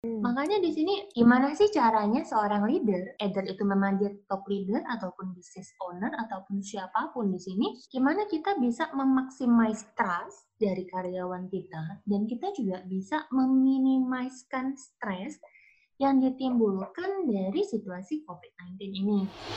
Makanya di sini gimana sih caranya seorang leader, either itu memang dia top leader ataupun business owner ataupun siapapun di sini, gimana kita bisa memaksimais trust dari karyawan kita dan kita juga bisa meminimaliskan stres yang ditimbulkan dari situasi COVID-19 ini.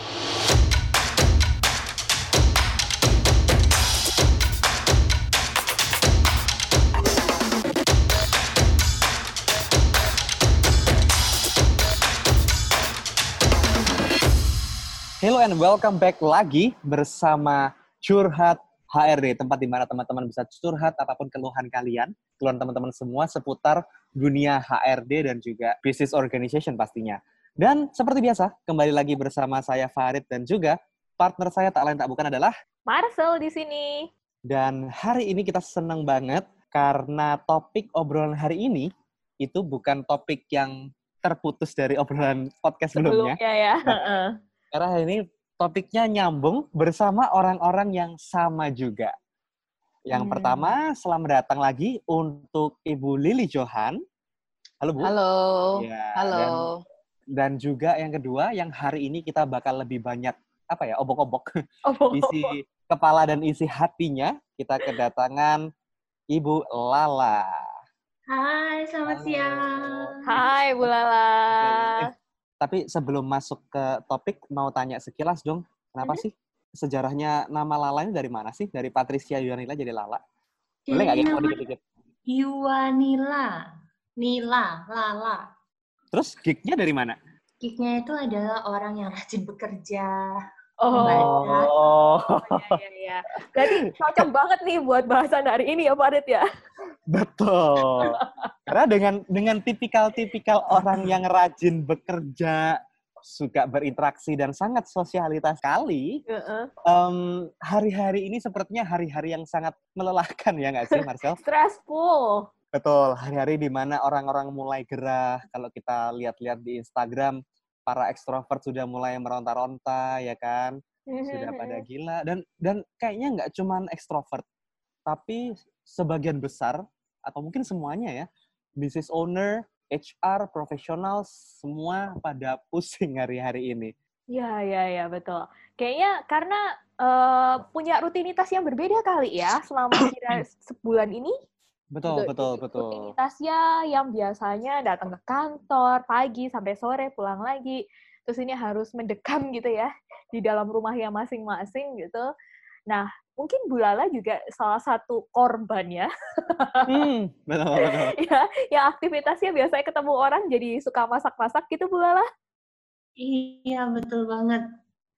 Hello and welcome back lagi bersama Curhat HRD, tempat di mana teman-teman bisa curhat apapun keluhan kalian, keluhan teman-teman semua seputar dunia HRD dan juga business organization pastinya. Dan seperti biasa, kembali lagi bersama saya Farid dan juga partner saya tak lain tak bukan adalah Marcel di sini. Dan hari ini kita senang banget karena topik obrolan hari ini itu bukan topik yang terputus dari obrolan podcast sebelumnya. Ya. Karena hari ini topiknya nyambung bersama orang-orang yang sama juga. Yang pertama, selamat datang lagi untuk Ibu Lily Johan. Halo Bu. Halo. Ya, Halo. Dan juga yang kedua, yang hari ini kita bakal lebih banyak obok-obok isi kepala dan isi hatinya. Kita kedatangan Ibu Lala. Hai, selamat siang. Hai Bu Lala. Tapi sebelum masuk ke topik, mau tanya sekilas dong, kenapa sih sejarahnya nama Lala ini dari mana sih? Dari Patricia Yuanila jadi Lala? Boleh nggak ya? Mau dikit-dikit? Yuanila, Nila, Lala. Terus gig-nya dari mana? Gig-nya itu adalah orang yang rajin bekerja. Ya. Berarti cocok banget nih buat bahasan hari ini ya Pak Adit ya? Betul. Karena dengan tipikal orang yang rajin bekerja, suka berinteraksi dan sangat sosialitas sekali, hari-hari ini sepertinya hari-hari yang sangat melelahkan ya nggak sih Marcel? Stressful. Betul, hari-hari di mana orang-orang mulai gerah. Kalau kita lihat-lihat di Instagram, para ekstrovert sudah mulai meronta-ronta, ya kan? Sudah pada gila. Dan kayaknya nggak cuma ekstrovert, tapi sebagian besar, atau mungkin semuanya ya, business owner, HR, profesional, semua pada pusing hari-hari ini. Ya, betul. Kayaknya karena punya rutinitas yang berbeda kali ya selama kira sebulan ini. Betul. Rutinitasnya yang biasanya datang ke kantor pagi sampai sore pulang lagi, terus ini harus mendekam gitu ya di dalam rumahnya masing-masing gitu. Nah, mungkin Bu Lala juga salah satu korban ya. Betul. Ya, yang aktivitasnya biasanya ketemu orang jadi suka masak-masak gitu Bu Lala. Iya, betul banget.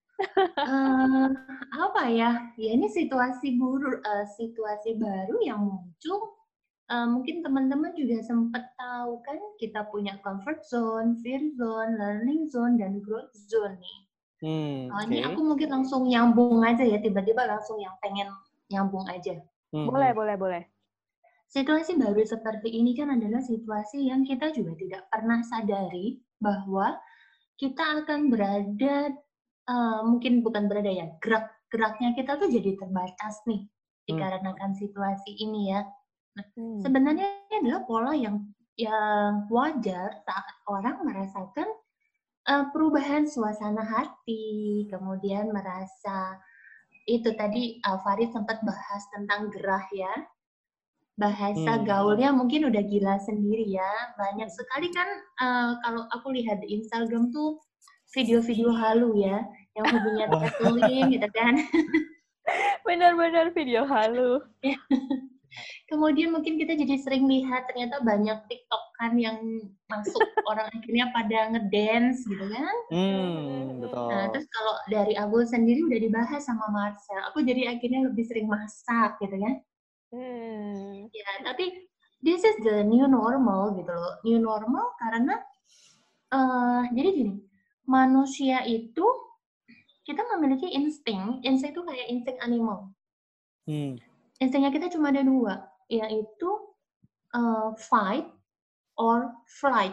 Ya ini situasi baru yang muncul. Mungkin teman-teman juga sempat tahu kan kita punya comfort zone, fear zone, learning zone, dan growth zone nih. Ini aku mungkin langsung nyambung aja ya, tiba-tiba langsung yang pengen nyambung aja. Boleh. Situasi baru seperti ini kan adalah situasi yang kita juga tidak pernah sadari bahwa kita akan berada, mungkin bukan berada ya, geraknya kita tuh jadi terbatas nih, dikarenakan situasi ini ya. Sebenarnya ini adalah pola yang wajar saat orang merasakan perubahan suasana hati, kemudian merasa itu tadi Farid sempat bahas tentang gerah ya, bahasa gaulnya mungkin udah gila sendiri ya, banyak sekali kan kalau aku lihat di Instagram tuh video-video halu ya, yang hobinya traveling gitu kan. Benar-benar video halu. Kemudian mungkin kita jadi sering lihat ternyata banyak TikTok kan yang masuk orang akhirnya pada ngedance gitu kan. Betul. Nah, terus kalau dari aku sendiri udah dibahas sama Marcel, aku jadi akhirnya lebih sering masak gitu kan. Ya, tapi this is the new normal gitu loh. New normal karena jadi gini, manusia itu kita memiliki insting itu kayak insting animal. Instingnya kita cuma ada dua, yaitu fight or flight.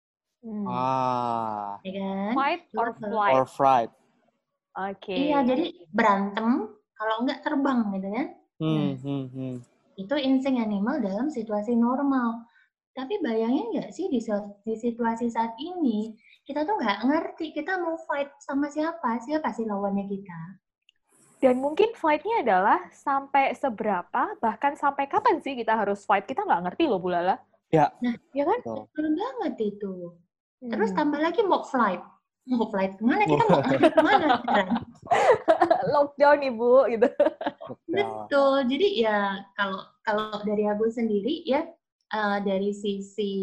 Ya kan? Fight or flight. Or flight. Oke. Iya, jadi berantem, kalau enggak terbang gitu kan. Itu insting animal dalam situasi normal. Tapi bayangin nggak sih di situasi saat ini, kita tuh nggak ngerti kita mau fight sama siapa sih lawannya kita. Dan mungkin fight-nya adalah sampai seberapa, bahkan sampai kapan sih kita harus fight, kita nggak ngerti loh, Bu Lala. Ya. Nah, ya kan? betul banget itu. Terus tambah lagi mau flight kemana? Kita mau kemana sekarang? Lockdown nih, Bu, gitu. Betul. Jadi ya kalau dari aku sendiri ya, dari sisi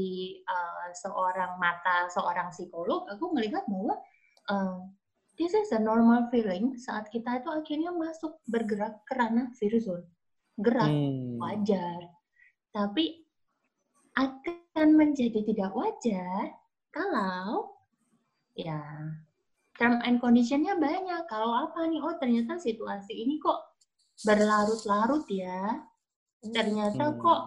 seorang psikolog, aku melihat bahwa this is a normal feeling saat kita itu akhirnya bergerak ke ranah fear zone. Gerak, wajar. Tapi akan menjadi tidak wajar kalau ya term and condition-nya banyak. Kalau apa nih? Oh, ternyata situasi ini kok berlarut-larut ya. Ternyata kok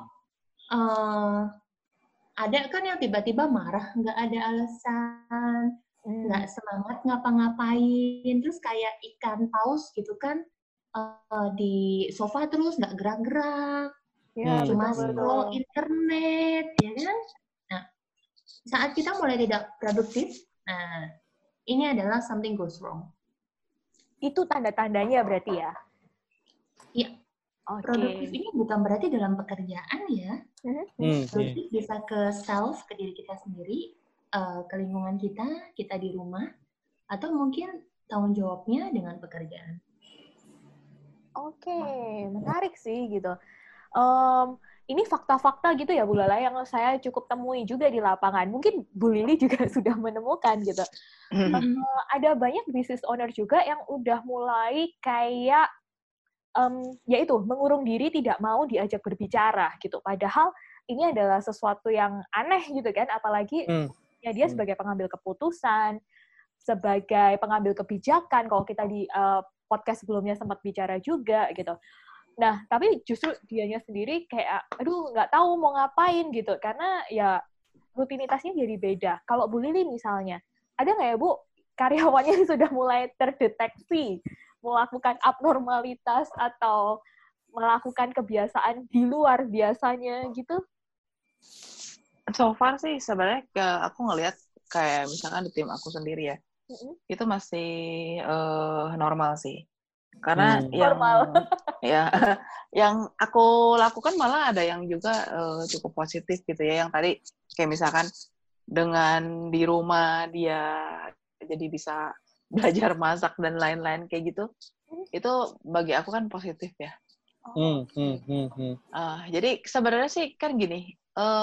ada kan yang tiba-tiba marah, nggak ada alasan, nggak semangat ngapa-ngapain, terus kayak ikan paus gitu kan, di sofa terus nggak gerak-gerak, cuma scroll internet, ya kan? Nah, saat kita mulai tidak produktif, nah ini adalah something goes wrong. Itu tanda-tandanya berarti ya? Iya. Produktif ini bukan berarti dalam pekerjaan ya. Produktif bisa ke self, ke diri kita sendiri, ke lingkungan kita di rumah, atau mungkin tanggung jawabnya dengan pekerjaan. Oke, menarik sih gitu. Ini fakta-fakta gitu ya Bu Lala yang saya cukup temui juga di lapangan. Mungkin Bu Lili juga sudah menemukan gitu. Ada banyak business owner juga yang udah mulai kayak yaitu mengurung diri, tidak mau diajak berbicara gitu. Padahal ini adalah sesuatu yang aneh gitu kan, apalagi ya dia sebagai pengambil keputusan, sebagai pengambil kebijakan. Kalau kita di podcast sebelumnya sempat bicara juga gitu. Nah, tapi justru dianya sendiri kayak, aduh nggak tahu mau ngapain gitu, karena ya rutinitasnya jadi beda. Kalau Bu Lili misalnya, ada nggak ya Bu karyawannya yang sudah mulai terdeteksi melakukan abnormalitas atau melakukan kebiasaan di luar biasanya gitu? So far sih sebenarnya aku ngelihat kayak misalkan di tim aku sendiri ya, itu masih normal sih. Karena yang aku lakukan malah ada yang juga cukup positif gitu ya. Yang tadi kayak misalkan dengan di rumah dia jadi bisa belajar masak dan lain-lain kayak gitu, itu bagi aku kan positif ya. Jadi sebenarnya sih kan gini,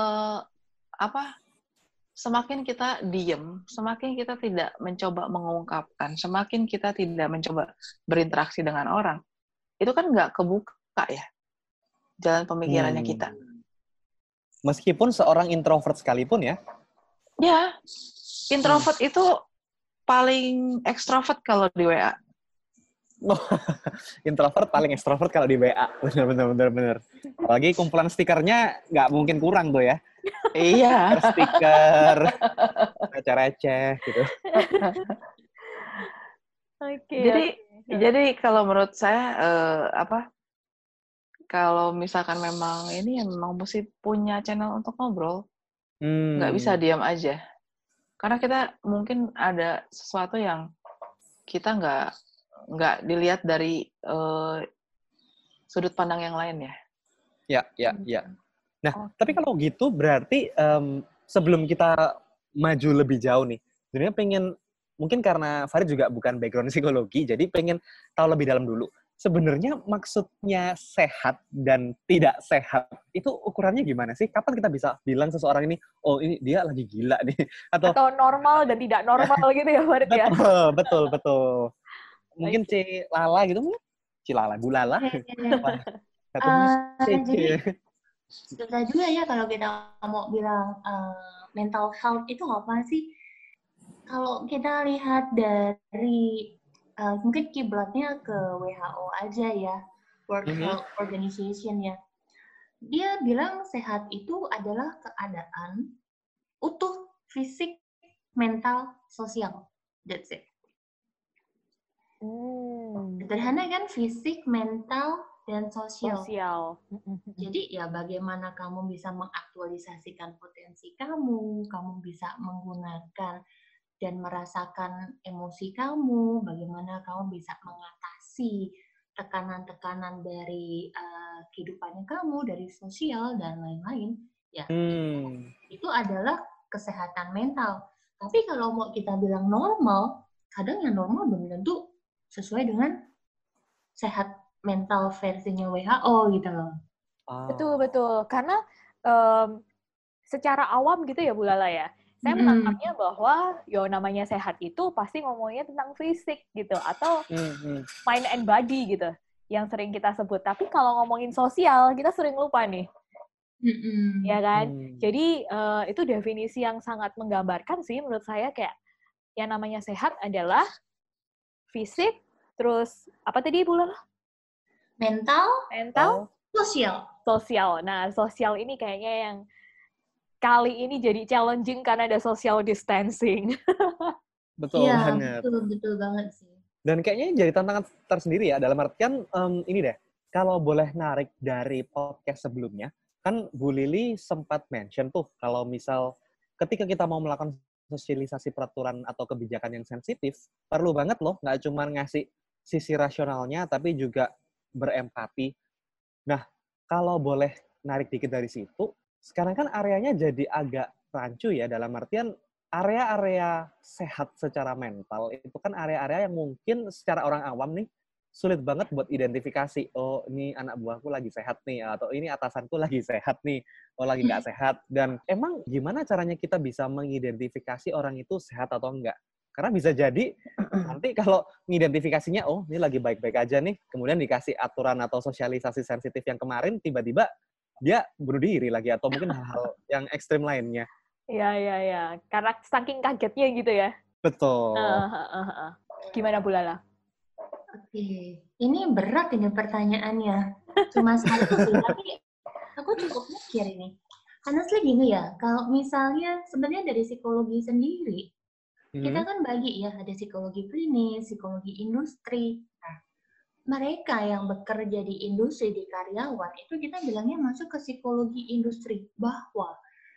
semakin kita diem, semakin kita tidak mencoba mengungkapkan, semakin kita tidak mencoba berinteraksi dengan orang, itu kan nggak kebuka ya jalan pemikirannya kita. Meskipun seorang introvert sekalipun ya? Ya, introvert itu paling ekstrovert kalau di WA. Introvert paling ekstrovert kalau di WA. Bener. Apalagi kumpulan stikernya nggak mungkin kurang tuh ya. Iya. Stiker, receh-receh gitu. Jadi kalau menurut saya kalau misalkan memang ini ya memang mesti punya channel untuk ngobrol, nggak bisa diam aja. Karena kita mungkin ada sesuatu yang kita nggak dilihat dari sudut pandang yang lain ya. Ya. Nah, tapi kalau gitu berarti sebelum kita maju lebih jauh nih, sebenarnya mungkin karena Farid juga bukan background psikologi, jadi pengen tahu lebih dalam dulu. Sebenarnya maksudnya sehat dan tidak sehat itu ukurannya gimana sih? Kapan kita bisa bilang seseorang ini, oh ini dia lagi gila nih? Atau normal dan tidak normal gitu ya Farid ya? Betul. Mungkin Cilala gitu, Cilala, Bu Lala. Jadi susah juga ya kalau kita mau bilang mental health itu apa sih? Kalau kita lihat dari mungkin kiblatnya ke WHO aja ya, World Health Organization ya. Dia bilang sehat itu adalah keadaan utuh fisik, mental, sosial. That's it. Sederhana kan, fisik, mental, dan sosial. Sosial. Jadi ya bagaimana kamu bisa mengaktualisasikan potensi kamu bisa menggunakan dan merasakan emosi kamu, bagaimana kamu bisa mengatasi tekanan-tekanan dari kehidupannya kamu, dari sosial dan lain-lain. Ya, itu adalah kesehatan mental. Tapi kalau mau kita bilang normal, kadang yang normal belum tentu sesuai dengan sehat mental versinya WHO gitu loh. Betul. Karena secara awam gitu ya Bu Lala ya, saya menangkapnya bahwa namanya sehat itu pasti ngomongnya tentang fisik gitu, atau mind and body gitu, yang sering kita sebut. Tapi kalau ngomongin sosial, kita sering lupa nih. Ya kan? Jadi itu definisi yang sangat menggambarkan sih menurut saya, kayak yang namanya sehat adalah fisik, terus apa tadi Bu Lala? Mental, sosial. Nah, sosial ini kayaknya yang kali ini jadi challenging karena ada social distancing. Betul banget. Betul banget sih. Dan kayaknya jadi tantangan tersendiri ya, dalam artian ini deh, kalau boleh narik dari podcast sebelumnya, kan Bu Lili sempat mention tuh, kalau misal ketika kita mau melakukan sosialisasi peraturan atau kebijakan yang sensitif, perlu banget loh, nggak cuma ngasih sisi rasionalnya, tapi juga berempati. Nah, kalau boleh narik dikit dari situ, sekarang kan areanya jadi agak rancu ya, dalam artian area-area sehat secara mental itu kan area-area yang mungkin secara orang awam nih sulit banget buat identifikasi. Oh, ini anak buahku lagi sehat nih, atau ini atasanku lagi sehat nih, oh lagi nggak sehat. Dan emang gimana caranya kita bisa mengidentifikasi orang itu sehat atau enggak? Karena bisa jadi nanti kalau mengidentifikasinya, oh ini lagi baik-baik aja nih, kemudian dikasih aturan atau sosialisasi sensitif yang kemarin, tiba-tiba dia bunuh diri lagi, atau mungkin hal-hal yang ekstrim lainnya. Iya. Karena saking kagetnya gitu ya. Betul. Gimana Bu Lala? Oke, ini berat ini pertanyaannya. Cuma satu sih, tapi aku cukup mikir ini. Honestly gini ya, kalau misalnya sebenarnya dari psikologi sendiri, kita kan bagi ya, ada psikologi klinis, psikologi industri. Nah, mereka yang bekerja di industri, di karyawan, itu kita bilangnya masuk ke psikologi industri. Bahwa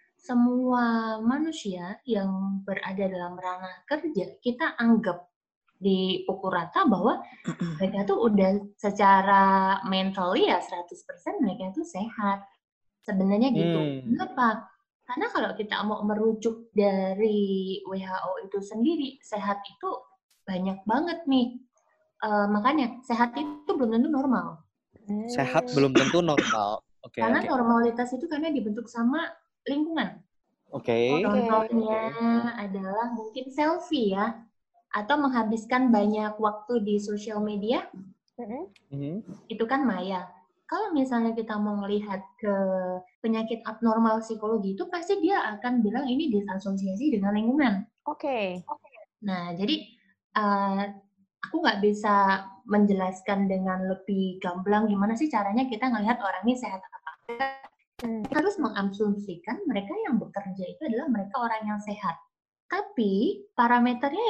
semua manusia yang berada dalam ranah kerja, kita anggap di pukul rata bahwa mereka tuh udah secara mentally ya 100% mereka tuh sehat. Sebenarnya gitu. Kenapa? Karena kalau kita mau merujuk dari WHO itu sendiri, sehat itu banyak banget nih. Makanya sehat itu belum tentu normal. Sehat belum tentu normal. Karena normalitas itu karena dibentuk sama lingkungan. Oke. Contohnya adalah mungkin selfie ya, atau menghabiskan banyak waktu di sosial media. Itu kan maya. Kalau misalnya kita mau melihat ke penyakit abnormal psikologi itu pasti dia akan bilang ini disasosiasi dengan lingkungan. Oke. Nah, jadi aku nggak bisa menjelaskan dengan lebih gamblang gimana sih caranya kita ngelihat orang ini sehat apa. Harus mengasumsikan mereka yang bekerja itu adalah mereka orang yang sehat. Tapi parameternya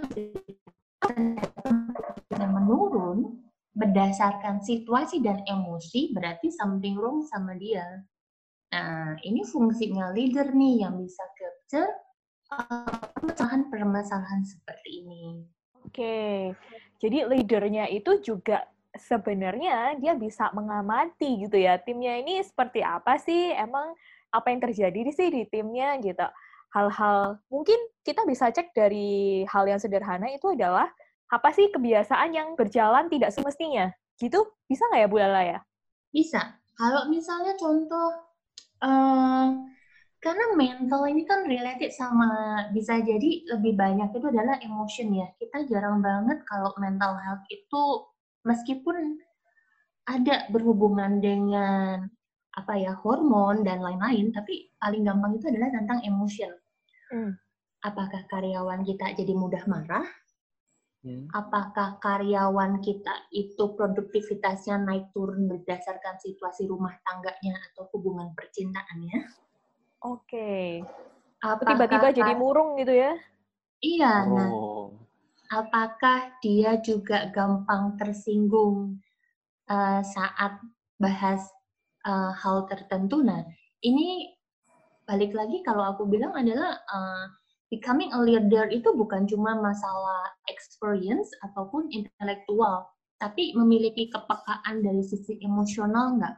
yang menurun berdasarkan situasi dan emosi, berarti something wrong sama dia. Nah, ini fungsinya leader nih yang bisa capture permasalahan seperti ini. Oke, jadi leadernya itu juga sebenarnya dia bisa mengamati gitu ya, timnya ini seperti apa sih, emang apa yang terjadi sih di timnya gitu. Hal-hal, mungkin kita bisa cek dari hal yang sederhana itu adalah apa sih kebiasaan yang berjalan tidak semestinya? Gitu, bisa nggak ya Bu Lala ya? Bisa. Kalau misalnya contoh, karena mental ini kan related sama, bisa jadi lebih banyak itu adalah emotion ya. Kita jarang banget kalau mental health itu, meskipun ada berhubungan dengan hormon dan lain-lain, tapi paling gampang itu adalah tentang emotion. Apakah karyawan kita jadi mudah marah? Apakah karyawan kita itu produktivitasnya naik turun berdasarkan situasi rumah tangganya atau hubungan percintaannya? Oke. Tiba-tiba jadi murung gitu ya? Iya. Nah, apakah dia juga gampang tersinggung saat bahas hal tertentu. Nah, ini balik lagi kalau aku bilang adalah becoming a leader itu bukan cuma masalah experience ataupun intelektual, tapi memiliki kepekaan dari sisi emosional nggak?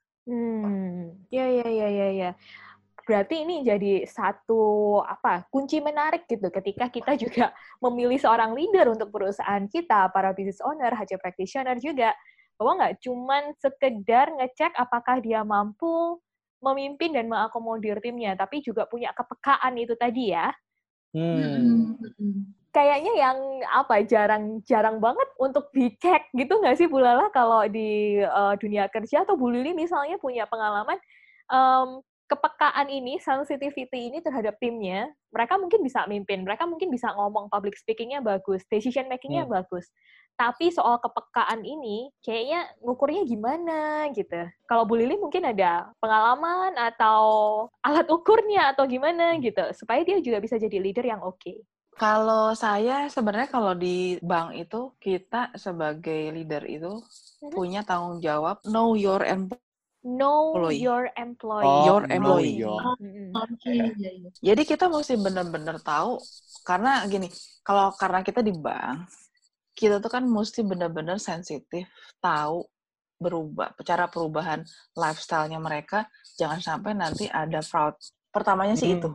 Ya. Berarti ini jadi satu kunci menarik gitu ketika kita juga memilih seorang leader untuk perusahaan kita, para business owner, HR practitioner juga, bahwa nggak cuman sekedar ngecek apakah dia mampu memimpin dan mengakomodir timnya, tapi juga punya kepekaan itu tadi ya. Kayaknya yang jarang banget untuk dicek gitu nggak sih Bu Lala kalau di dunia kerja, atau Bu Lili misalnya punya pengalaman kepekaan ini, sensitivity ini terhadap timnya, mereka mungkin bisa mimpin, mereka mungkin bisa ngomong, public speaking-nya bagus, decision making-nya bagus. Tapi soal kepekaan ini, kayaknya ngukurnya gimana gitu. Kalau Bu Lili mungkin ada pengalaman atau alat ukurnya atau gimana gitu, supaya dia juga bisa jadi leader yang oke. Kalau saya sebenarnya kalau di bank itu, kita sebagai leader itu punya tanggung jawab know your employee. Your employee. Your employee. Jadi kita mesti benar-benar tahu, karena gini, karena kita di bank, kita tuh kan mesti benar-benar sensitif, tahu cara perubahan lifestyle-nya mereka, jangan sampai nanti ada fraud. Pertamanya sih itu.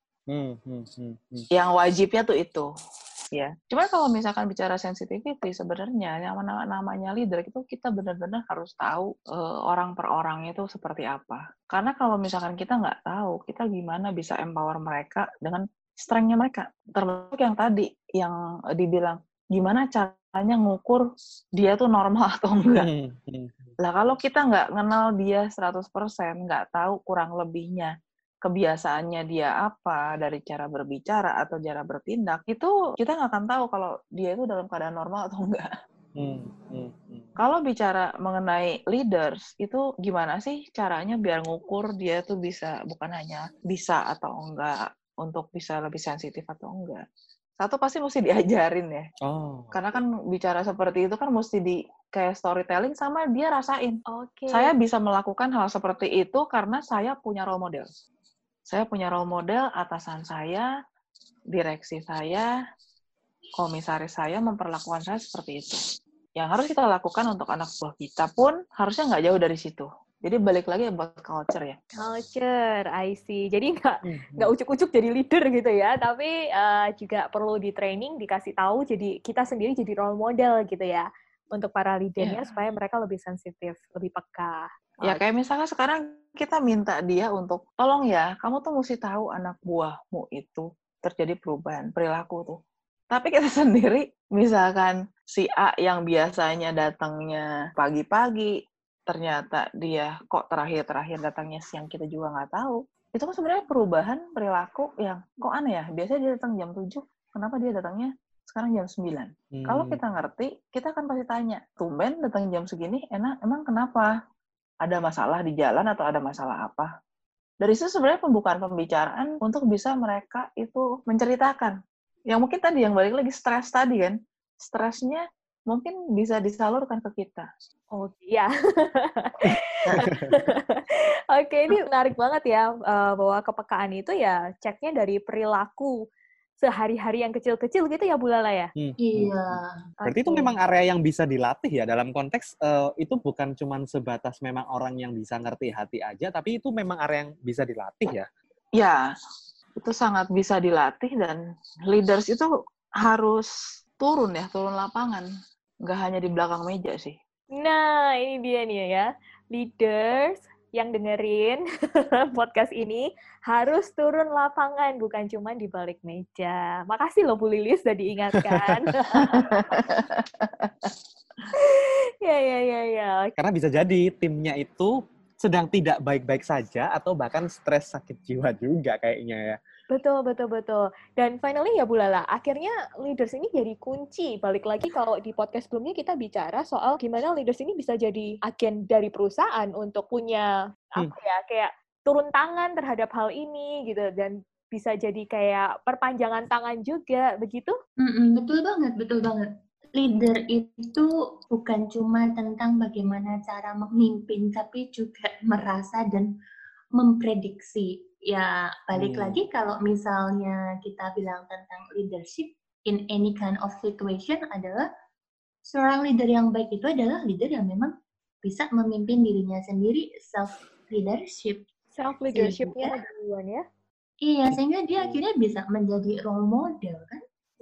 Yang wajibnya tuh itu. Ya, cuma kalau misalkan bicara sensitivity, sebenarnya yang namanya leader itu kita benar-benar harus tahu orang per orang itu seperti apa. Karena kalau misalkan kita nggak tahu, kita gimana bisa empower mereka dengan strength-nya mereka. Termasuk yang tadi, yang dibilang, gimana caranya ngukur dia tuh normal atau enggak. Lah kalau kita nggak kenal dia 100%, nggak tahu kurang lebihnya, kebiasaannya dia apa, dari cara berbicara atau cara bertindak, itu kita nggak akan tahu kalau dia itu dalam keadaan normal atau enggak. Kalau bicara mengenai leaders, itu gimana sih caranya biar ngukur dia tuh bisa, bukan hanya bisa atau enggak, untuk bisa lebih sensitif atau enggak. Satu pasti mesti diajarin ya. Karena kan bicara seperti itu kan mesti kayak storytelling sama dia rasain. Saya bisa melakukan hal seperti itu karena saya punya role model. Saya punya role model, atasan saya, direksi saya, komisaris saya memperlakukan saya seperti itu. Yang harus kita lakukan untuk anak buah kita pun harusnya nggak jauh dari situ. Jadi balik lagi buat culture ya. Culture, I see. Jadi nggak ucuk-ucuk jadi leader gitu ya, tapi juga perlu di training, dikasih tahu, jadi kita sendiri jadi role model gitu ya untuk para leadernya, supaya mereka lebih sensitif, lebih peka. Ya kayak misalnya sekarang kita minta dia untuk, tolong ya, kamu tuh mesti tahu anak buahmu itu terjadi perubahan perilaku tuh. Tapi kita sendiri, misalkan si A yang biasanya datangnya pagi-pagi, ternyata dia kok terakhir datangnya siang, kita juga nggak tahu. Itu kan sebenarnya perubahan perilaku yang kok aneh ya. Biasanya dia datang jam 7, kenapa dia datangnya sekarang jam 9? Kalau kita ngerti, kita akan pasti tanya, tumben datang jam segini, emang kenapa? Ada masalah di jalan atau ada masalah apa? Dari situ sebenarnya pembukaan pembicaraan untuk bisa mereka itu menceritakan. Yang mungkin tadi, yang balik lagi stres tadi kan, stresnya mungkin bisa disalurkan ke kita. Oh iya. Oke, ini menarik banget ya, bahwa kepekaan itu ya ceknya dari perilaku sehari-hari yang kecil-kecil gitu ya Bu Lala ya? Iya. Berarti itu memang area yang bisa dilatih ya, dalam konteks itu bukan cuma sebatas memang orang yang bisa ngerti hati aja, tapi itu memang area yang bisa dilatih ya? Ya, itu sangat bisa dilatih, dan leaders itu harus turun lapangan. Nggak hanya di belakang meja sih. Nah, ini dia nih ya. Leaders yang dengerin podcast ini harus turun lapangan, bukan cuma di balik meja. Makasih loh Bu Lilis sudah diingatkan. Ya. Karena bisa jadi timnya itu sedang tidak baik-baik saja atau bahkan stres sakit jiwa juga kayaknya ya. Betul. Dan finally ya Bu Lala, akhirnya leaders ini jadi kunci. Balik lagi kalau di podcast sebelumnya kita bicara soal gimana leaders ini bisa jadi agen dari perusahaan untuk punya kayak turun tangan terhadap hal ini gitu, dan bisa jadi kayak perpanjangan tangan juga, begitu? Betul banget. leader itu bukan cuma tentang bagaimana cara memimpin, tapi juga merasa dan memprediksi. Ya, balik lagi kalau misalnya kita bilang tentang leadership in any kind of situation adalah seorang leader yang baik itu adalah leader yang memang bisa memimpin dirinya sendiri, self-leadership. Self-leadership-nya duluan ya? Iya, sehingga dia akhirnya bisa menjadi role model kan?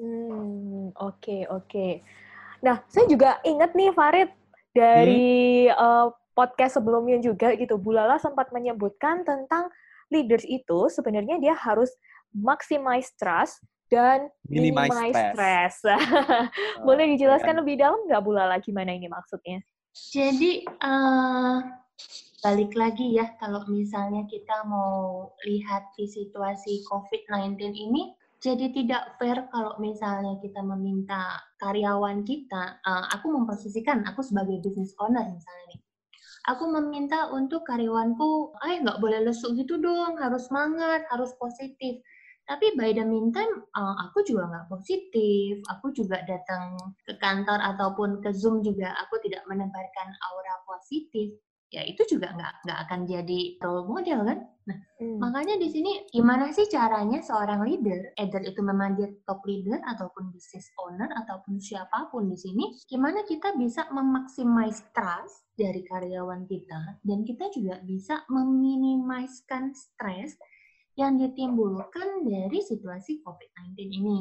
Oke. Nah, saya juga ingat nih Farid, dari podcast sebelumnya juga gitu, Bu Lala sempat menyebutkan tentang leaders itu sebenarnya dia harus maximize trust dan minimize stress. Boleh dijelaskan lebih dalam nggak Bu Lala gimana ini maksudnya? Jadi, balik lagi ya, kalau misalnya kita mau lihat di situasi COVID-19 ini, jadi tidak fair kalau misalnya kita meminta karyawan kita, aku memposisikan, aku sebagai business owner misalnya nih, aku meminta untuk karyawanku, nggak boleh lesu gitu dong, harus semangat, harus positif. Tapi by the meantime, aku juga nggak positif, aku juga datang ke kantor ataupun ke Zoom juga, aku tidak menebarkan aura positif. Ya itu juga nggak akan jadi role model kan? Nah, makanya di sini gimana sih caranya seorang leader, either itu memang dia top leader ataupun business owner ataupun siapapun di sini, gimana kita bisa memaksimais trust dari karyawan kita dan kita juga bisa meminimiskan stres yang ditimbulkan dari situasi COVID-19 ini.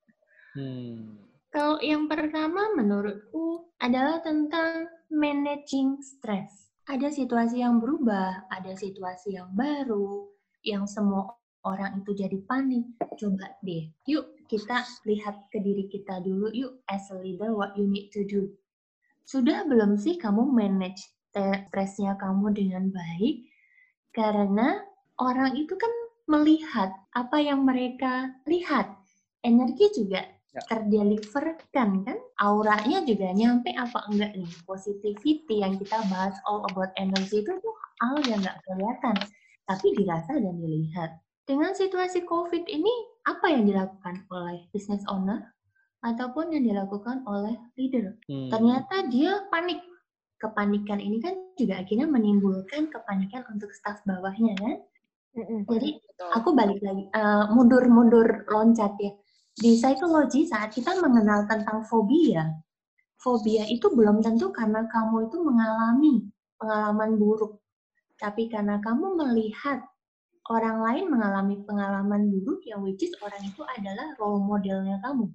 Kalau yang pertama menurutku adalah tentang managing stress. Ada situasi yang berubah, ada situasi yang baru, yang semua orang itu jadi panik. Coba deh, yuk kita lihat ke diri kita dulu, yuk as a leader what you need to do. Sudah belum sih kamu manage stresnya kamu dengan baik? Karena orang itu kan melihat apa yang mereka lihat. Energi juga terdeliverkan kan, auranya juga nyampe apa enggak nih, positivity yang kita bahas all about energy itu tuh hal yang nggak kelihatan tapi dirasa dan dilihat. Dengan situasi COVID ini apa yang dilakukan oleh business owner ataupun yang dilakukan oleh leader? Ternyata dia panik. Kepanikan ini kan juga akhirnya menimbulkan kepanikan untuk staf bawahnya kan. Jadi aku balik lagi mundur loncat ya. Di psikologi saat kita mengenal tentang fobia itu belum tentu karena kamu itu mengalami pengalaman buruk, tapi karena kamu melihat orang lain mengalami pengalaman buruk yang which is orang itu adalah role modelnya kamu.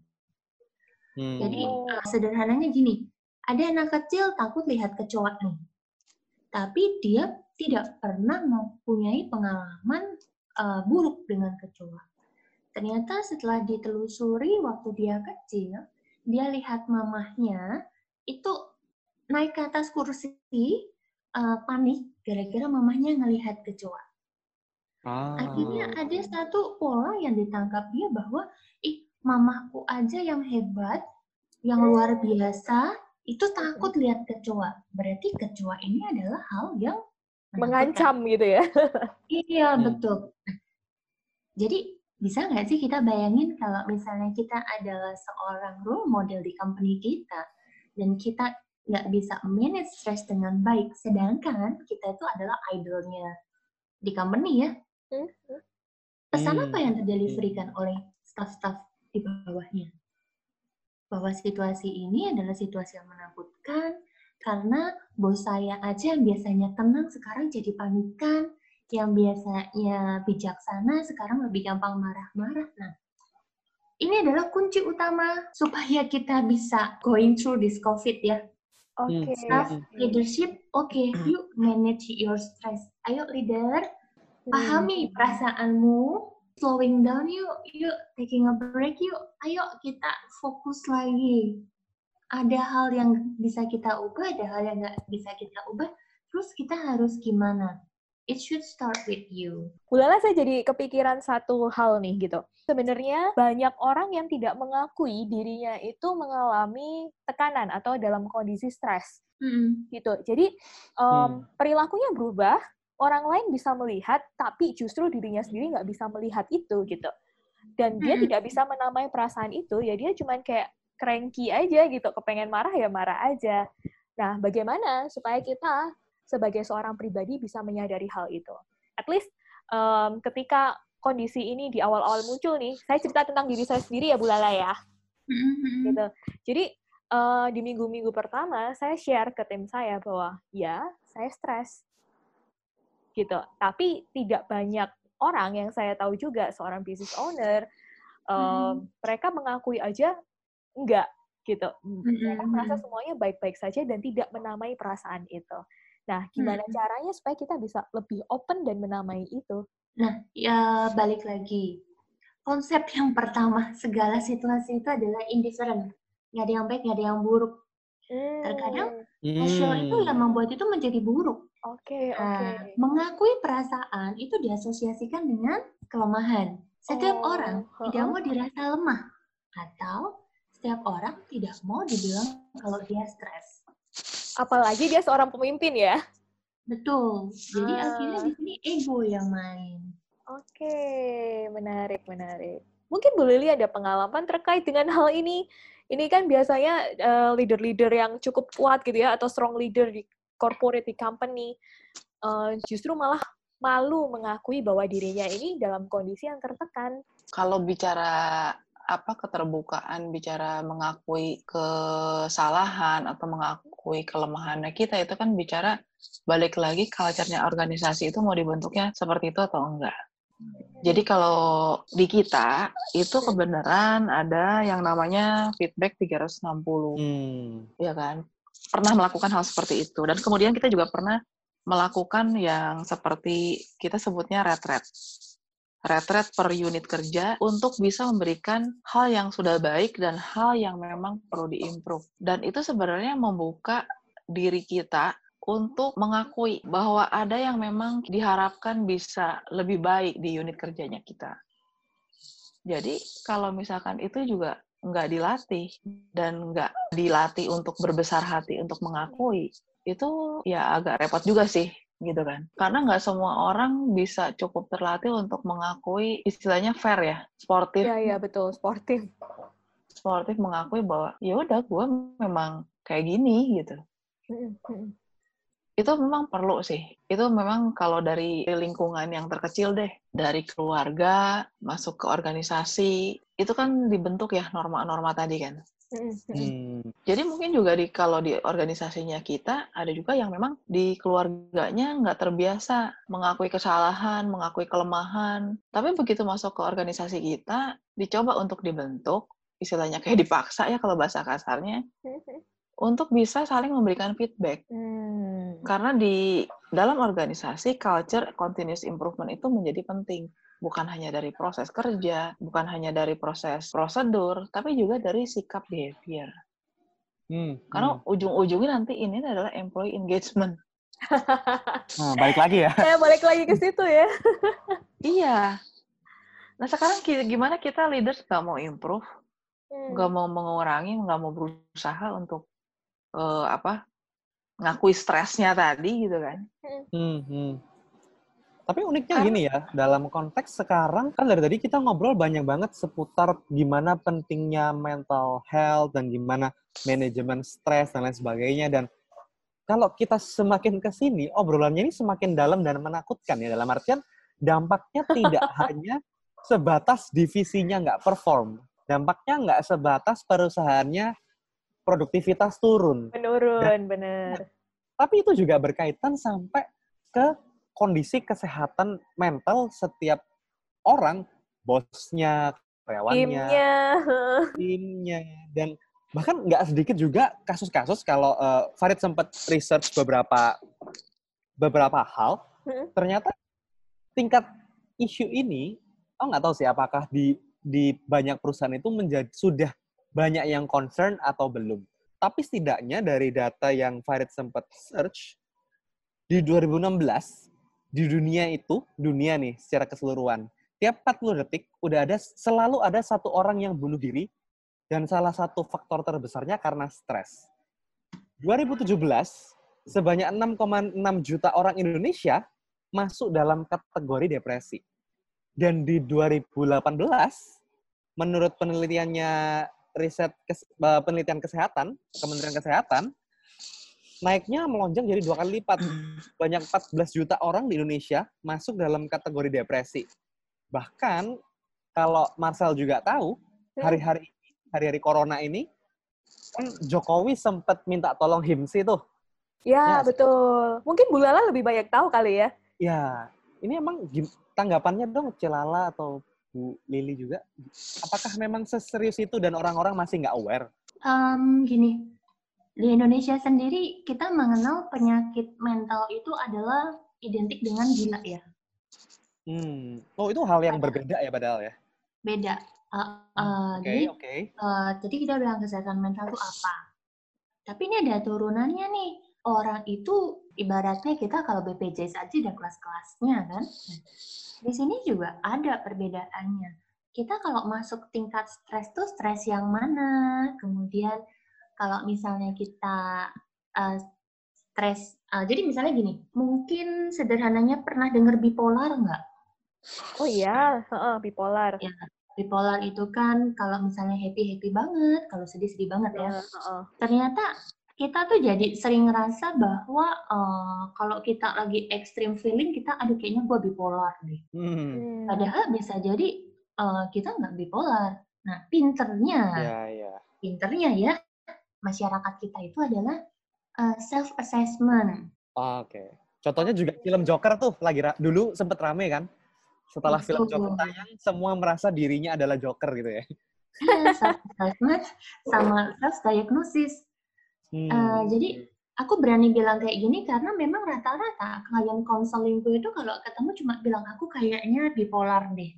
Jadi sederhananya gini, ada anak kecil takut lihat kecoa nih, tapi dia tidak pernah mempunyai pengalaman buruk dengan kecoa. Ternyata setelah ditelusuri waktu dia kecil, dia lihat mamahnya itu naik ke atas kursi, panik gara-gara mamahnya ngelihat kecoa. Akhirnya ada satu pola yang ditangkap dia bahwa, mamahku aja yang hebat, yang luar biasa, itu takut lihat kecoa. Berarti kecoa ini adalah hal yang mengancam gitu ya? Iya, betul. Jadi bisa nggak sih kita bayangin kalau misalnya kita adalah seorang role model di company kita dan kita nggak bisa manage stress dengan baik, sedangkan kita itu adalah idolnya di company ya. Pesan apa yang terdeliverykan oleh staff-staff di bawahnya? Bahwa situasi ini adalah situasi yang menakutkan karena bos saya aja yang biasanya tenang sekarang jadi panikan, yang biasanya bijaksana sekarang lebih gampang marah-marah. Nah, ini adalah kunci utama supaya kita bisa going through this COVID ya. Staff leadership, yuk manage your stress. Ayo leader, pahami perasaanmu, slowing down yuk taking a break yuk. Ayo kita fokus lagi. Ada hal yang bisa kita ubah, ada hal yang nggak bisa kita ubah. Terus kita harus gimana? It should start with you. Bu Lala, saya jadi kepikiran satu hal nih gitu. Sebenarnya banyak orang yang tidak mengakui dirinya itu mengalami tekanan atau dalam kondisi stres. Gitu. Jadi perilakunya berubah, orang lain bisa melihat, tapi justru dirinya sendiri nggak bisa melihat itu gitu. Dan dia tidak bisa menamai perasaan itu, ya dia cuma kayak cranky aja gitu, kepengen marah ya marah aja. Nah, bagaimana supaya kita sebagai seorang pribadi bisa menyadari hal itu? At least ketika kondisi ini di awal-awal muncul nih, saya cerita tentang diri saya sendiri ya Bu Lala ya. Gitu. Jadi di minggu-minggu pertama saya share ke tim saya bahwa ya saya stres gitu. Tapi tidak banyak orang yang saya tahu juga seorang business owner mereka mengakui aja enggak gitu. Mereka merasa semuanya baik-baik saja dan tidak menamai perasaan itu. Nah, gimana caranya supaya kita bisa lebih open dan menamai itu? Nah, ya balik lagi. Konsep yang pertama, segala situasi itu adalah indifferent. Nggak ada yang baik, nggak ada yang buruk. Terkadang rasio itu yang membuat itu menjadi buruk. Oke. Mengakui perasaan itu diasosiasikan dengan kelemahan. Setiap orang tidak mau dirasa lemah. Atau setiap orang tidak mau dibilang kalau dia stres. Apalagi dia seorang pemimpin ya. Betul. Jadi akhirnya di sini ego yang main. Oke, menarik. Mungkin Bu Lili ada pengalaman terkait dengan hal ini. Ini kan biasanya leader-leader yang cukup kuat gitu ya, atau strong leader di corporate, di company, justru malah malu mengakui bahwa dirinya ini dalam kondisi yang tertekan. Kalau bicara keterbukaan, bicara mengakui kesalahan atau mengakui kelemahannya kita, itu kan bicara balik lagi culture-nya organisasi itu mau dibentuknya seperti itu atau enggak. Jadi kalau di kita itu kebenaran ada yang namanya feedback 360. Ya kan? Pernah melakukan hal seperti itu. Dan kemudian kita juga pernah melakukan yang seperti kita sebutnya retret per unit kerja untuk bisa memberikan hal yang sudah baik dan hal yang memang perlu diimprove. Dan itu sebenarnya membuka diri kita untuk mengakui bahwa ada yang memang diharapkan bisa lebih baik di unit kerjanya kita. Jadi kalau misalkan itu juga nggak dilatih dan nggak dilatih untuk berbesar hati untuk mengakui, itu ya agak repot juga sih, gitu kan. Karena nggak semua orang bisa cukup terlatih untuk mengakui, istilahnya fair ya, sportif. Iya, betul, sportif. Sportif mengakui bahwa ya udah gue memang kayak gini gitu. Itu memang perlu sih. Itu memang kalau dari lingkungan yang terkecil deh, dari keluarga, masuk ke organisasi, itu kan dibentuk ya norma-norma tadi kan. Jadi mungkin juga kalau di organisasinya kita, ada juga yang memang di keluarganya nggak terbiasa mengakui kesalahan, mengakui kelemahan. Tapi begitu masuk ke organisasi kita, dicoba untuk dibentuk, istilahnya kayak dipaksa ya kalau bahasa kasarnya, untuk bisa saling memberikan feedback. Karena di dalam organisasi, culture continuous improvement itu menjadi penting. Bukan hanya dari proses kerja, bukan hanya dari proses prosedur, tapi juga dari sikap behavior. Karena ujung-ujungnya nanti ini adalah employee engagement. Nah, balik lagi ya. Balik lagi ke situ ya. Iya. Nah sekarang gimana kita leaders nggak mau improve, nggak mau mengurangi, nggak mau berusaha untuk ngakui stresnya tadi gitu kan. Tapi uniknya gini ya, dalam konteks sekarang, kan dari tadi kita ngobrol banyak banget seputar gimana pentingnya mental health dan gimana manajemen stres dan lain sebagainya. Dan kalau kita semakin ke sini, obrolannya ini semakin dalam dan menakutkan ya. Dalam artian dampaknya tidak hanya sebatas divisinya nggak perform. Dampaknya nggak sebatas perusahaannya produktivitas turun. Menurun, benar. Tapi itu juga berkaitan sampai ke kondisi kesehatan mental setiap orang, bosnya, karyawannya, timnya, dan bahkan nggak sedikit juga kasus-kasus kalau Farid sempat research beberapa hal, ternyata tingkat isu ini, nggak tahu sih apakah di banyak perusahaan itu sudah banyak yang concern atau belum. Tapi setidaknya dari data yang Farid sempat search, di 2016, di dunia nih secara keseluruhan, tiap 40 detik selalu ada satu orang yang bunuh diri, dan salah satu faktor terbesarnya karena stres. 2017, sebanyak 6,6 juta orang Indonesia masuk dalam kategori depresi. Dan di 2018, menurut penelitiannya penelitian kesehatan, Kementerian Kesehatan, naiknya melonjak jadi 2 kali lipat. Banyak 14 juta orang di Indonesia masuk dalam kategori depresi. Bahkan kalau Marcel juga tahu, hari-hari corona ini kan Jokowi sempat minta tolong HIMSI tuh. Ya, betul. Mungkin Bu Lala lebih banyak tahu kali ya. Ya, ini emang tanggapannya dong Celala atau Bu Lili juga. Apakah memang seserius itu dan orang-orang masih nggak aware? Gini, di Indonesia sendiri kita mengenal penyakit mental itu adalah identik dengan gila ya. Oh, itu hal yang berbeda ya padahal ya? Beda. Jadi kita bilang kesehatan mental itu apa? Tapi ini ada turunannya nih. Orang itu ibaratnya kita kalau BPJS aja ada kelas-kelasnya kan. Di sini juga ada perbedaannya. Kita kalau masuk tingkat stres tuh stres yang mana? Kemudian kalau misalnya kita stres, jadi misalnya gini, mungkin sederhananya pernah dengar bipolar nggak? Oh iya, bipolar. Ya, bipolar itu kan kalau misalnya happy banget, kalau sedih banget ya. Ternyata kita tuh jadi sering ngerasa bahwa kalau kita lagi extreme feeling, kita aduh kayaknya gue bipolar deh. Padahal bisa jadi kita nggak bipolar. Nah, pinternya ya masyarakat kita itu adalah self-assessment. Oke. Contohnya juga film Joker tuh lagi dulu sempet rame kan? Setelah film Joker tayang, semua merasa dirinya adalah Joker gitu ya? Iya, self-assessment sama self-diagnosis. Jadi aku berani bilang kayak gini karena memang rata-rata klien konselingku itu kalau ketemu cuma bilang aku kayaknya bipolar deh.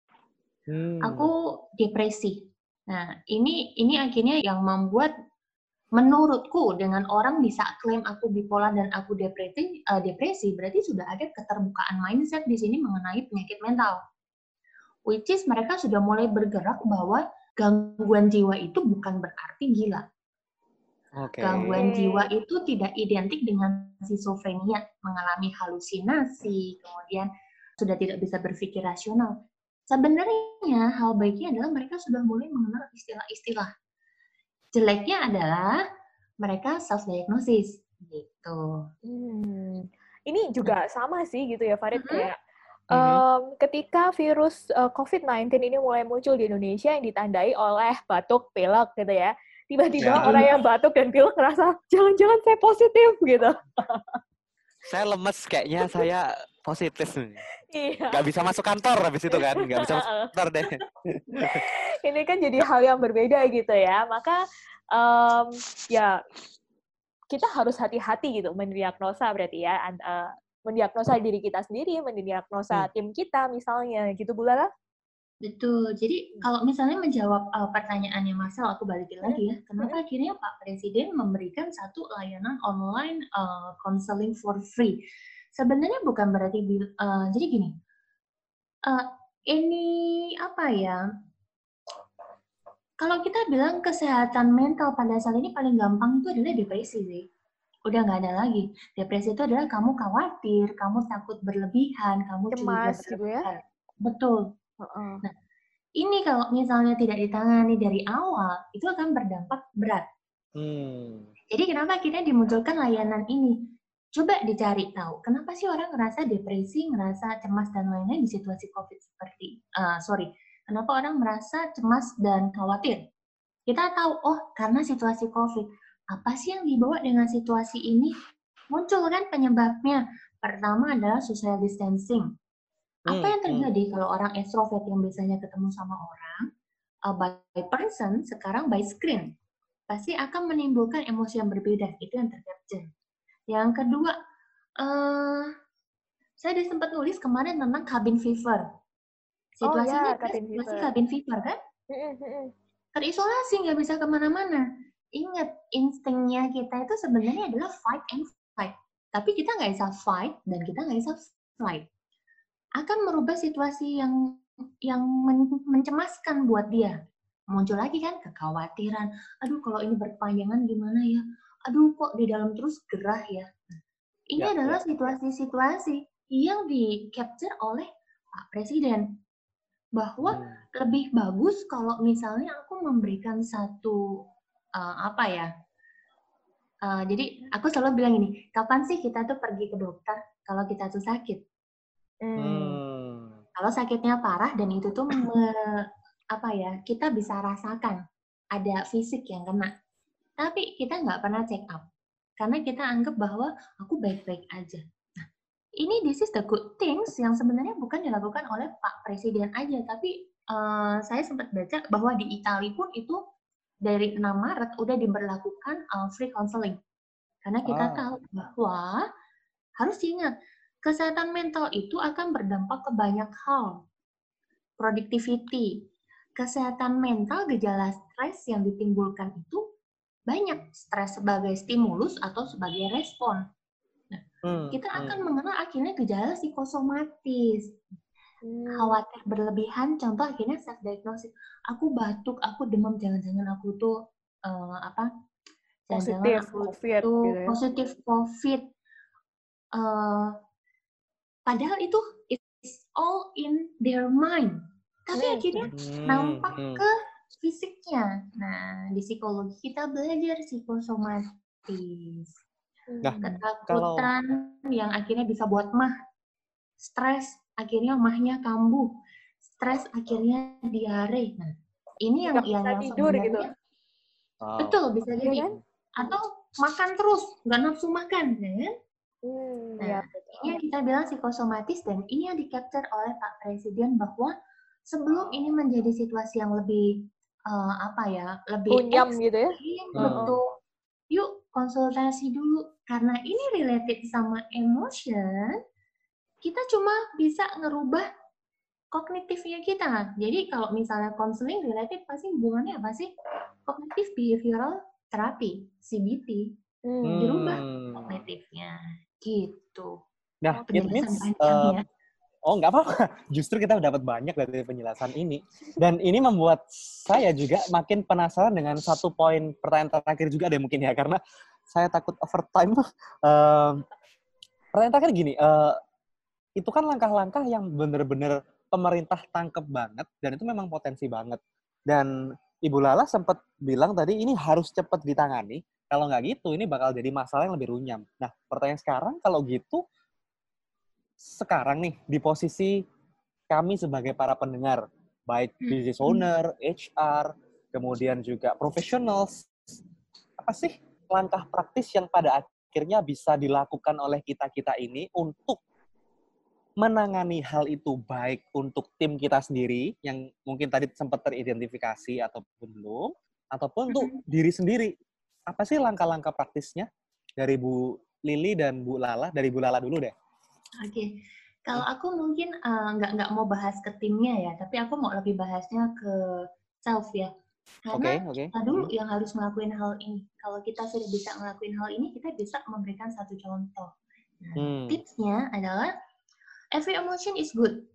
Aku depresi. Nah, ini akhirnya yang membuat menurutku dengan orang bisa klaim aku bipolar dan aku depresi berarti sudah ada keterbukaan mindset di sini mengenai penyakit mental. Which is mereka sudah mulai bergerak bahwa gangguan jiwa itu bukan berarti gila. Gangguan jiwa itu tidak identik dengan skizofrenia, mengalami halusinasi, kemudian sudah tidak bisa berpikir rasional. Sebenarnya hal baiknya adalah mereka sudah mulai mengenal istilah-istilah. Jeleknya adalah mereka self-diagnosis, gitu. Ini juga sama sih gitu ya, Farid, kayak ketika virus COVID-19 ini mulai muncul di Indonesia yang ditandai oleh batuk, pilek gitu ya. Tiba-tiba orang yang batuk dan pilek ngerasa, jangan-jangan saya positif gitu. Saya lemes, kayaknya saya positif. Iya. Gak bisa masuk kantor habis itu kan, gak bisa masuk kantor deh. Ini kan jadi hal yang berbeda gitu ya. Maka ya kita harus hati-hati gitu mendiagnosa berarti ya. Mendiagnosa diri kita sendiri, mendiagnosa tim kita misalnya gitu, Bu Lala? Betul. Jadi kalau misalnya menjawab pertanyaannya Marcel, aku balikin lagi ya. Kenapa akhirnya Pak Presiden memberikan satu layanan online counseling for free? Sebenarnya bukan berarti, jadi gini, ini apa ya, kalau kita bilang kesehatan mental pada saat ini paling gampang itu adalah depresi sih. Udah nggak ada lagi. Depresi itu adalah kamu khawatir, kamu takut berlebihan, kamu curiga berlebihan. Gitu ya? Betul. Nah, ini kalau misalnya tidak ditangani dari awal, itu akan berdampak berat. Jadi kenapa kita dimunculkan layanan ini? Coba dicari tahu, kenapa sih orang ngerasa depresi, ngerasa cemas dan lain-lain di situasi COVID kenapa orang merasa cemas dan khawatir? Kita tahu, karena situasi COVID. Apa sih yang dibawa dengan situasi ini? Muncul kan penyebabnya. Pertama adalah social distancing. Apa yang terjadi kalau orang extrovert yang biasanya ketemu sama orang, by person, sekarang by screen? Pasti akan menimbulkan emosi yang berbeda. Itu yang tercapture. Yang kedua, saya udah sempat nulis kemarin tentang cabin fever. Situasinya situasi cabin fever kan? Terisolasi, nggak bisa kemana-mana. Ingat, instingnya kita itu sebenarnya adalah fight and flight. Tapi kita nggak bisa fight dan kita nggak bisa flight. Akan merubah situasi yang mencemaskan buat dia. Muncul lagi kan kekhawatiran. Aduh, kalau ini berkepanjangan gimana ya? Aduh, kok di dalam terus gerah ya? Ini adalah situasi-situasi yang di-capture oleh Pak Presiden. bahwa lebih bagus kalau misalnya aku memberikan satu jadi aku selalu bilang gini, kapan sih kita tuh pergi ke dokter kalau kita tuh sakit? Kalau sakitnya parah dan itu tuh kita bisa rasakan ada fisik yang kena, tapi kita nggak pernah check up karena kita anggap bahwa aku baik-baik aja. Nah, this is the good things yang sebenarnya bukan dilakukan oleh Pak Presiden aja, tapi saya sempat baca bahwa di Italia pun itu dari 6 Maret udah diberlakukan free counseling. Karena kita tahu bahwa harus ingat, kesehatan mental itu akan berdampak ke banyak hal. Productivity, kesehatan mental, gejala stres yang ditimbulkan itu banyak. Stres sebagai stimulus atau sebagai respon. Nah, kita akan mengenal akhirnya gejala psikosomatis. Khawatir berlebihan, contoh akhirnya self-diagnosis. Aku batuk, aku demam, jangan-jangan aku tuh positif COVID gitu ya. Positif COVID. Padahal itu it's all in their mind. Tapi akhirnya nampak ke fisiknya. Nah, di psikologi kita belajar psikosomatis. Ketakutan yang akhirnya bisa buat stres akhirnya mahnya kambuh, stres akhirnya diare. Nah, ini yang tidur sebenarnya gitu. Betul, bisa jadi. Kan? Atau makan terus, nggak nafsu makan, kan? Nah, ini yang kita bilang psikosomatis dan ini yang di-capture oleh Pak Presiden bahwa sebelum ini menjadi situasi yang lebih lebih runyam gitu ya. Betul. Yuk konsultasi dulu karena ini related sama emotion. Kita cuma bisa ngerubah kognitifnya kita. Jadi kalau misalnya counseling related pasti hubungannya apa sih? Cognitive Behavioral Therapy, CBT. Dirubah kognitifnya. Gitu. Nah, it means nggak apa-apa. Justru kita dapat banyak dari penjelasan ini. Dan ini membuat saya juga makin penasaran dengan satu poin pertanyaan terakhir juga deh mungkin ya. Karena saya takut overtime. Pertanyaan terakhir gini, itu kan langkah-langkah yang benar-benar pemerintah tangkep banget. Dan itu memang potensi banget. Dan Ibu Lala sempat bilang tadi ini harus cepat ditangani. Kalau nggak gitu, ini bakal jadi masalah yang lebih runyam. Nah, pertanyaan sekarang, kalau gitu, sekarang nih, di posisi kami sebagai para pendengar, baik business owner, HR, kemudian juga professionals, apa sih langkah praktis yang pada akhirnya bisa dilakukan oleh kita-kita ini untuk menangani hal itu, baik untuk tim kita sendiri, yang mungkin tadi sempat teridentifikasi ataupun belum, ataupun untuk diri sendiri. Apa sih langkah-langkah praktisnya dari Bu Lili dan Bu Lala? Dari Bu Lala dulu deh. Oke. Kalau aku mungkin nggak mau bahas ke timnya ya, tapi aku mau lebih bahasnya ke self ya. Karena kita dulu yang harus ngelakuin hal ini. Kalau kita sudah bisa ngelakuin hal ini, kita bisa memberikan satu contoh. Nah, tipsnya adalah every emotion is good.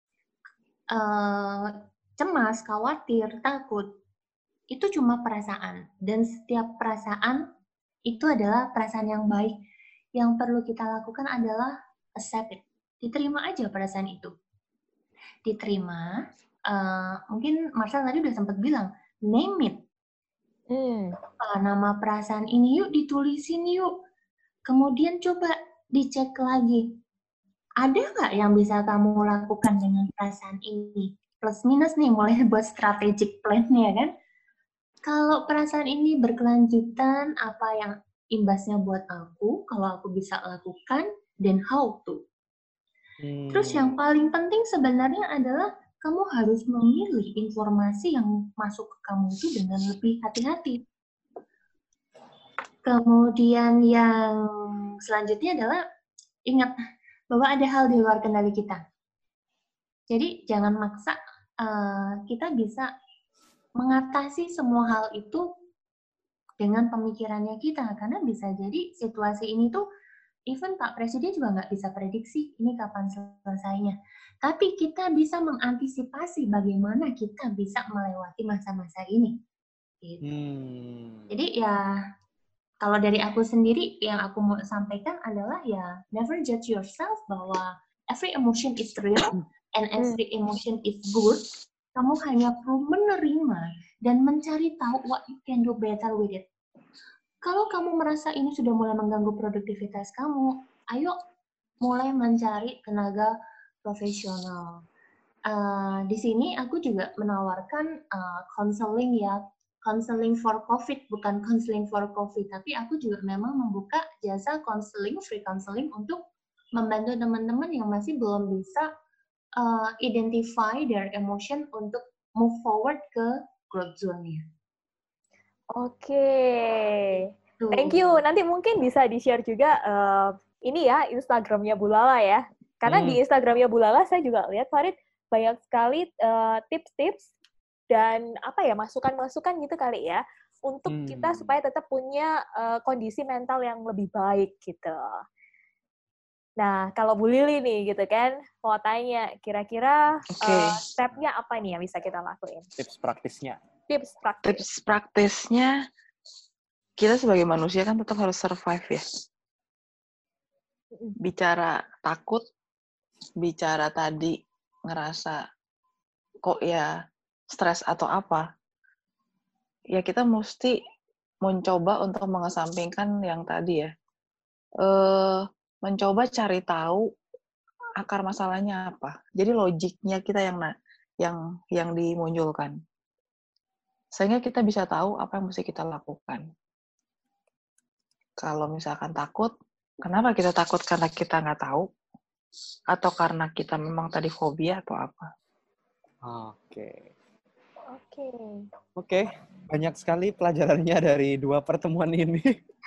Cemas, khawatir, takut, itu cuma perasaan. Dan setiap perasaan itu adalah perasaan yang baik. Yang perlu kita lakukan adalah accept it. Diterima aja perasaan itu. Diterima. Mungkin Marcel tadi udah sempat bilang, name it. Apa nama perasaan ini? Yuk ditulisin yuk. Kemudian coba dicek lagi. Ada nggak yang bisa kamu lakukan dengan perasaan ini? Plus minus nih, mulai buat strategic plan-nya kan? Kalau perasaan ini berkelanjutan, apa yang imbasnya buat aku, kalau aku bisa lakukan, then how to. Terus yang paling penting sebenarnya adalah kamu harus memilih informasi yang masuk ke kamu itu dengan lebih hati-hati. Kemudian yang selanjutnya adalah ingat bahwa ada hal di luar kendali kita. Jadi jangan maksa kita bisa mengatasi semua hal itu dengan pemikirannya kita, karena bisa jadi situasi ini tuh even Pak Presiden juga nggak bisa prediksi ini kapan selesainya. Tapi kita bisa mengantisipasi bagaimana kita bisa melewati masa-masa ini. Gitu. Jadi ya kalau dari aku sendiri yang aku mau sampaikan adalah ya never judge yourself bahwa every emotion is real, and every emotion is good, kamu hanya perlu menerima dan mencari tahu what you can do better with it. Kalau kamu merasa ini sudah mulai mengganggu produktivitas kamu, ayo mulai mencari tenaga profesional. Di sini aku juga menawarkan counseling ya, counseling for COVID, bukan counseling for COVID, tapi aku juga memang membuka jasa counseling, free counseling untuk membantu teman-teman yang masih belum bisa identify their emotion untuk move forward ke growth zone-nya. Oke. Thank you. Nanti mungkin bisa di-share juga ini ya, Instagram-nya Bu Lala ya. Karena di Instagram-nya Bu Lala saya juga lihat, Farid, banyak sekali tips-tips dan masukan-masukan gitu kali ya untuk kita supaya tetap punya kondisi mental yang lebih baik gitu. Nah, kalau Bu Lili nih gitu kan, mau tanya kira-kira step-nya apa nih yang bisa kita lakuin? Tips praktisnya. Tips praktisnya, kita sebagai manusia kan tetap harus survive ya. Bicara takut, bicara tadi ngerasa kok ya stres atau apa, ya kita mesti mencoba untuk mengesampingkan yang tadi ya. Mencoba cari tahu akar masalahnya apa. Jadi logiknya kita yang dimunculkan. Sehingga kita bisa tahu apa yang mesti kita lakukan. Kalau misalkan takut, kenapa kita takut? Karena kita nggak tahu? Atau karena kita memang tadi fobia atau apa? Oke. Banyak sekali pelajarannya dari 2 pertemuan ini.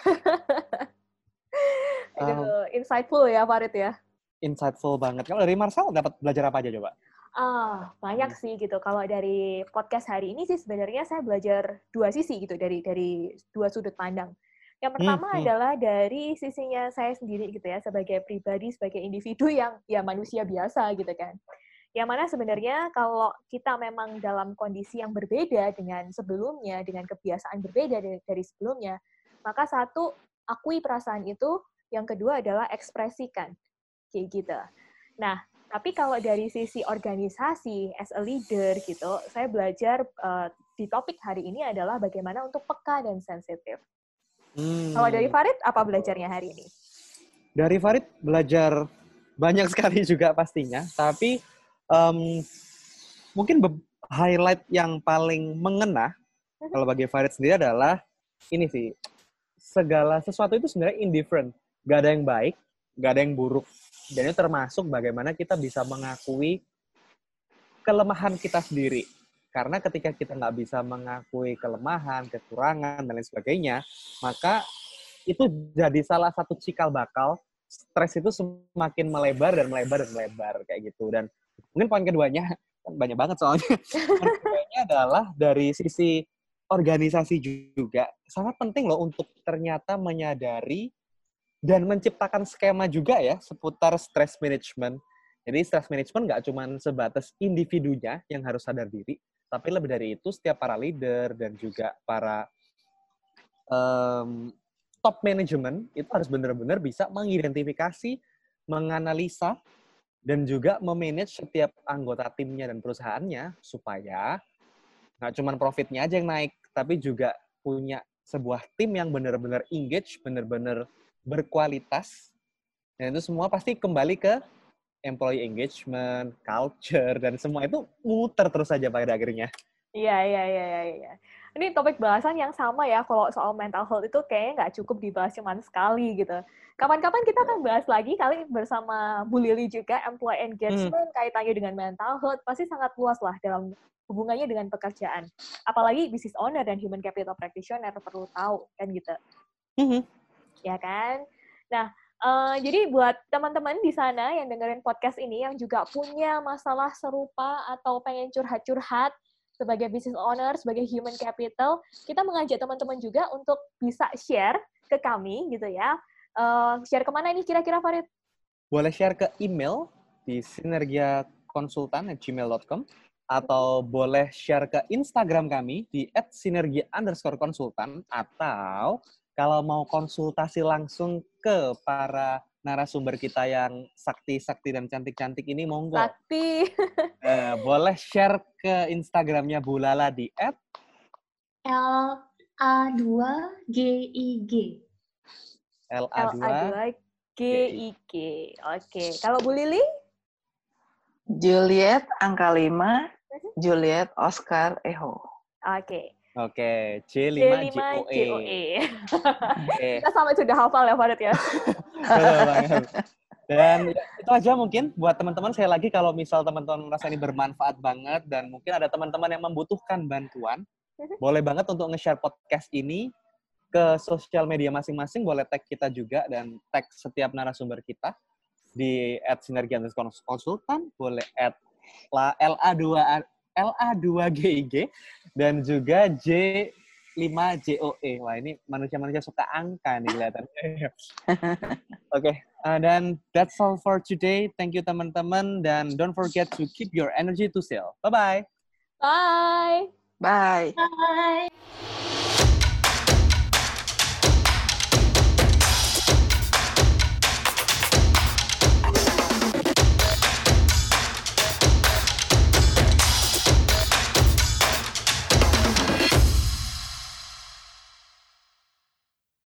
Insightful ya, Farid ya? Insightful banget. Kalau dari Marcel dapat belajar apa aja coba? Banyak sih gitu. Kalau dari podcast hari ini sih sebenarnya saya belajar 2 sisi gitu, dari 2 sudut pandang. Yang pertama adalah dari sisinya saya sendiri gitu ya, sebagai pribadi, sebagai individu yang ya manusia biasa gitu kan. Yang mana sebenarnya kalau kita memang dalam kondisi yang berbeda dengan sebelumnya, dengan kebiasaan berbeda dari sebelumnya, maka satu, akui perasaan itu, yang kedua adalah ekspresikan. Kayak gitu. Nah, tapi kalau dari sisi organisasi, as a leader gitu, saya belajar di topik hari ini adalah bagaimana untuk peka dan sensitif. Kalau dari Farid, apa belajarnya hari ini? Dari Farid belajar banyak sekali juga pastinya, tapi mungkin highlight yang paling mengena kalau bagi Farid sendiri adalah ini sih, segala sesuatu itu sebenarnya indifferent. Gak ada yang baik, gak ada yang buruk. Dan itu termasuk bagaimana kita bisa mengakui kelemahan kita sendiri. Karena ketika kita nggak bisa mengakui kelemahan, kekurangan, dan lain sebagainya, maka itu jadi salah satu cikal bakal stres itu semakin melebar dan melebar dan melebar kayak gitu. Dan mungkin poin keduanya, kan banyak banget soalnya. Poin keduanya adalah dari sisi organisasi juga, sangat penting loh untuk ternyata menyadari dan menciptakan skema juga ya seputar stress management. Jadi stress management nggak cuma sebatas individunya yang harus sadar diri, tapi lebih dari itu setiap para leader dan juga para top management itu harus benar-benar bisa mengidentifikasi, menganalisa, dan juga memanage setiap anggota timnya dan perusahaannya supaya nggak cuma profitnya aja yang naik, tapi juga punya sebuah tim yang benar-benar engage, benar-benar berkualitas. Dan itu semua pasti kembali ke employee engagement, culture, dan semua itu muter terus saja pada akhirnya. Iya. Ini topik bahasan yang sama ya, kalau soal mental health itu kayaknya nggak cukup dibahas cuma sekali gitu. Kapan-kapan kita akan bahas lagi kali bersama Bu Lili juga, employee engagement, kaitannya dengan mental health, pasti sangat luas lah dalam hubungannya dengan pekerjaan. Apalagi business owner dan human capital practitioner perlu tahu, kan gitu. Ya kan? Nah, jadi buat teman-teman di sana yang dengerin podcast ini, yang juga punya masalah serupa atau pengen curhat-curhat, sebagai business owner, sebagai human capital, kita mengajak teman-teman juga untuk bisa share ke kami gitu ya. Share kemana ini kira-kira, Farid? Boleh share ke email di sinergiakonsultan@gmail.com atau boleh share ke Instagram kami di @sinergia_konsultan, atau kalau mau konsultasi langsung ke para narasumber kita yang sakti-sakti dan cantik-cantik ini, monggo. Sakti. Boleh share ke Instagramnya Bu Lala di LA2GIG. LA2GIG. Oke. Kalau Bu Lili? Juliet angka 5, Juliet Oscar Eho. Oke. Oke, J5JOE. J5JOE. Oke. Kita sama sudah hafal ya, Farid ya. Betul banget. Dan itu aja mungkin buat teman-teman. Saya lagi kalau misal teman-teman merasa ini bermanfaat banget dan mungkin ada teman-teman yang membutuhkan bantuan, boleh banget untuk nge-share podcast ini ke sosial media masing-masing. Boleh tag kita juga dan tag setiap narasumber kita di @sinergi_konsultan, boleh LA2GIG dan juga J5JOE. Wah, ini manusia-manusia suka angka nih kelihatannya. Oke, dan that's all for today. Thank you teman-teman, dan don't forget to keep your energy to sell. Bye-bye. Bye. Bye. Bye.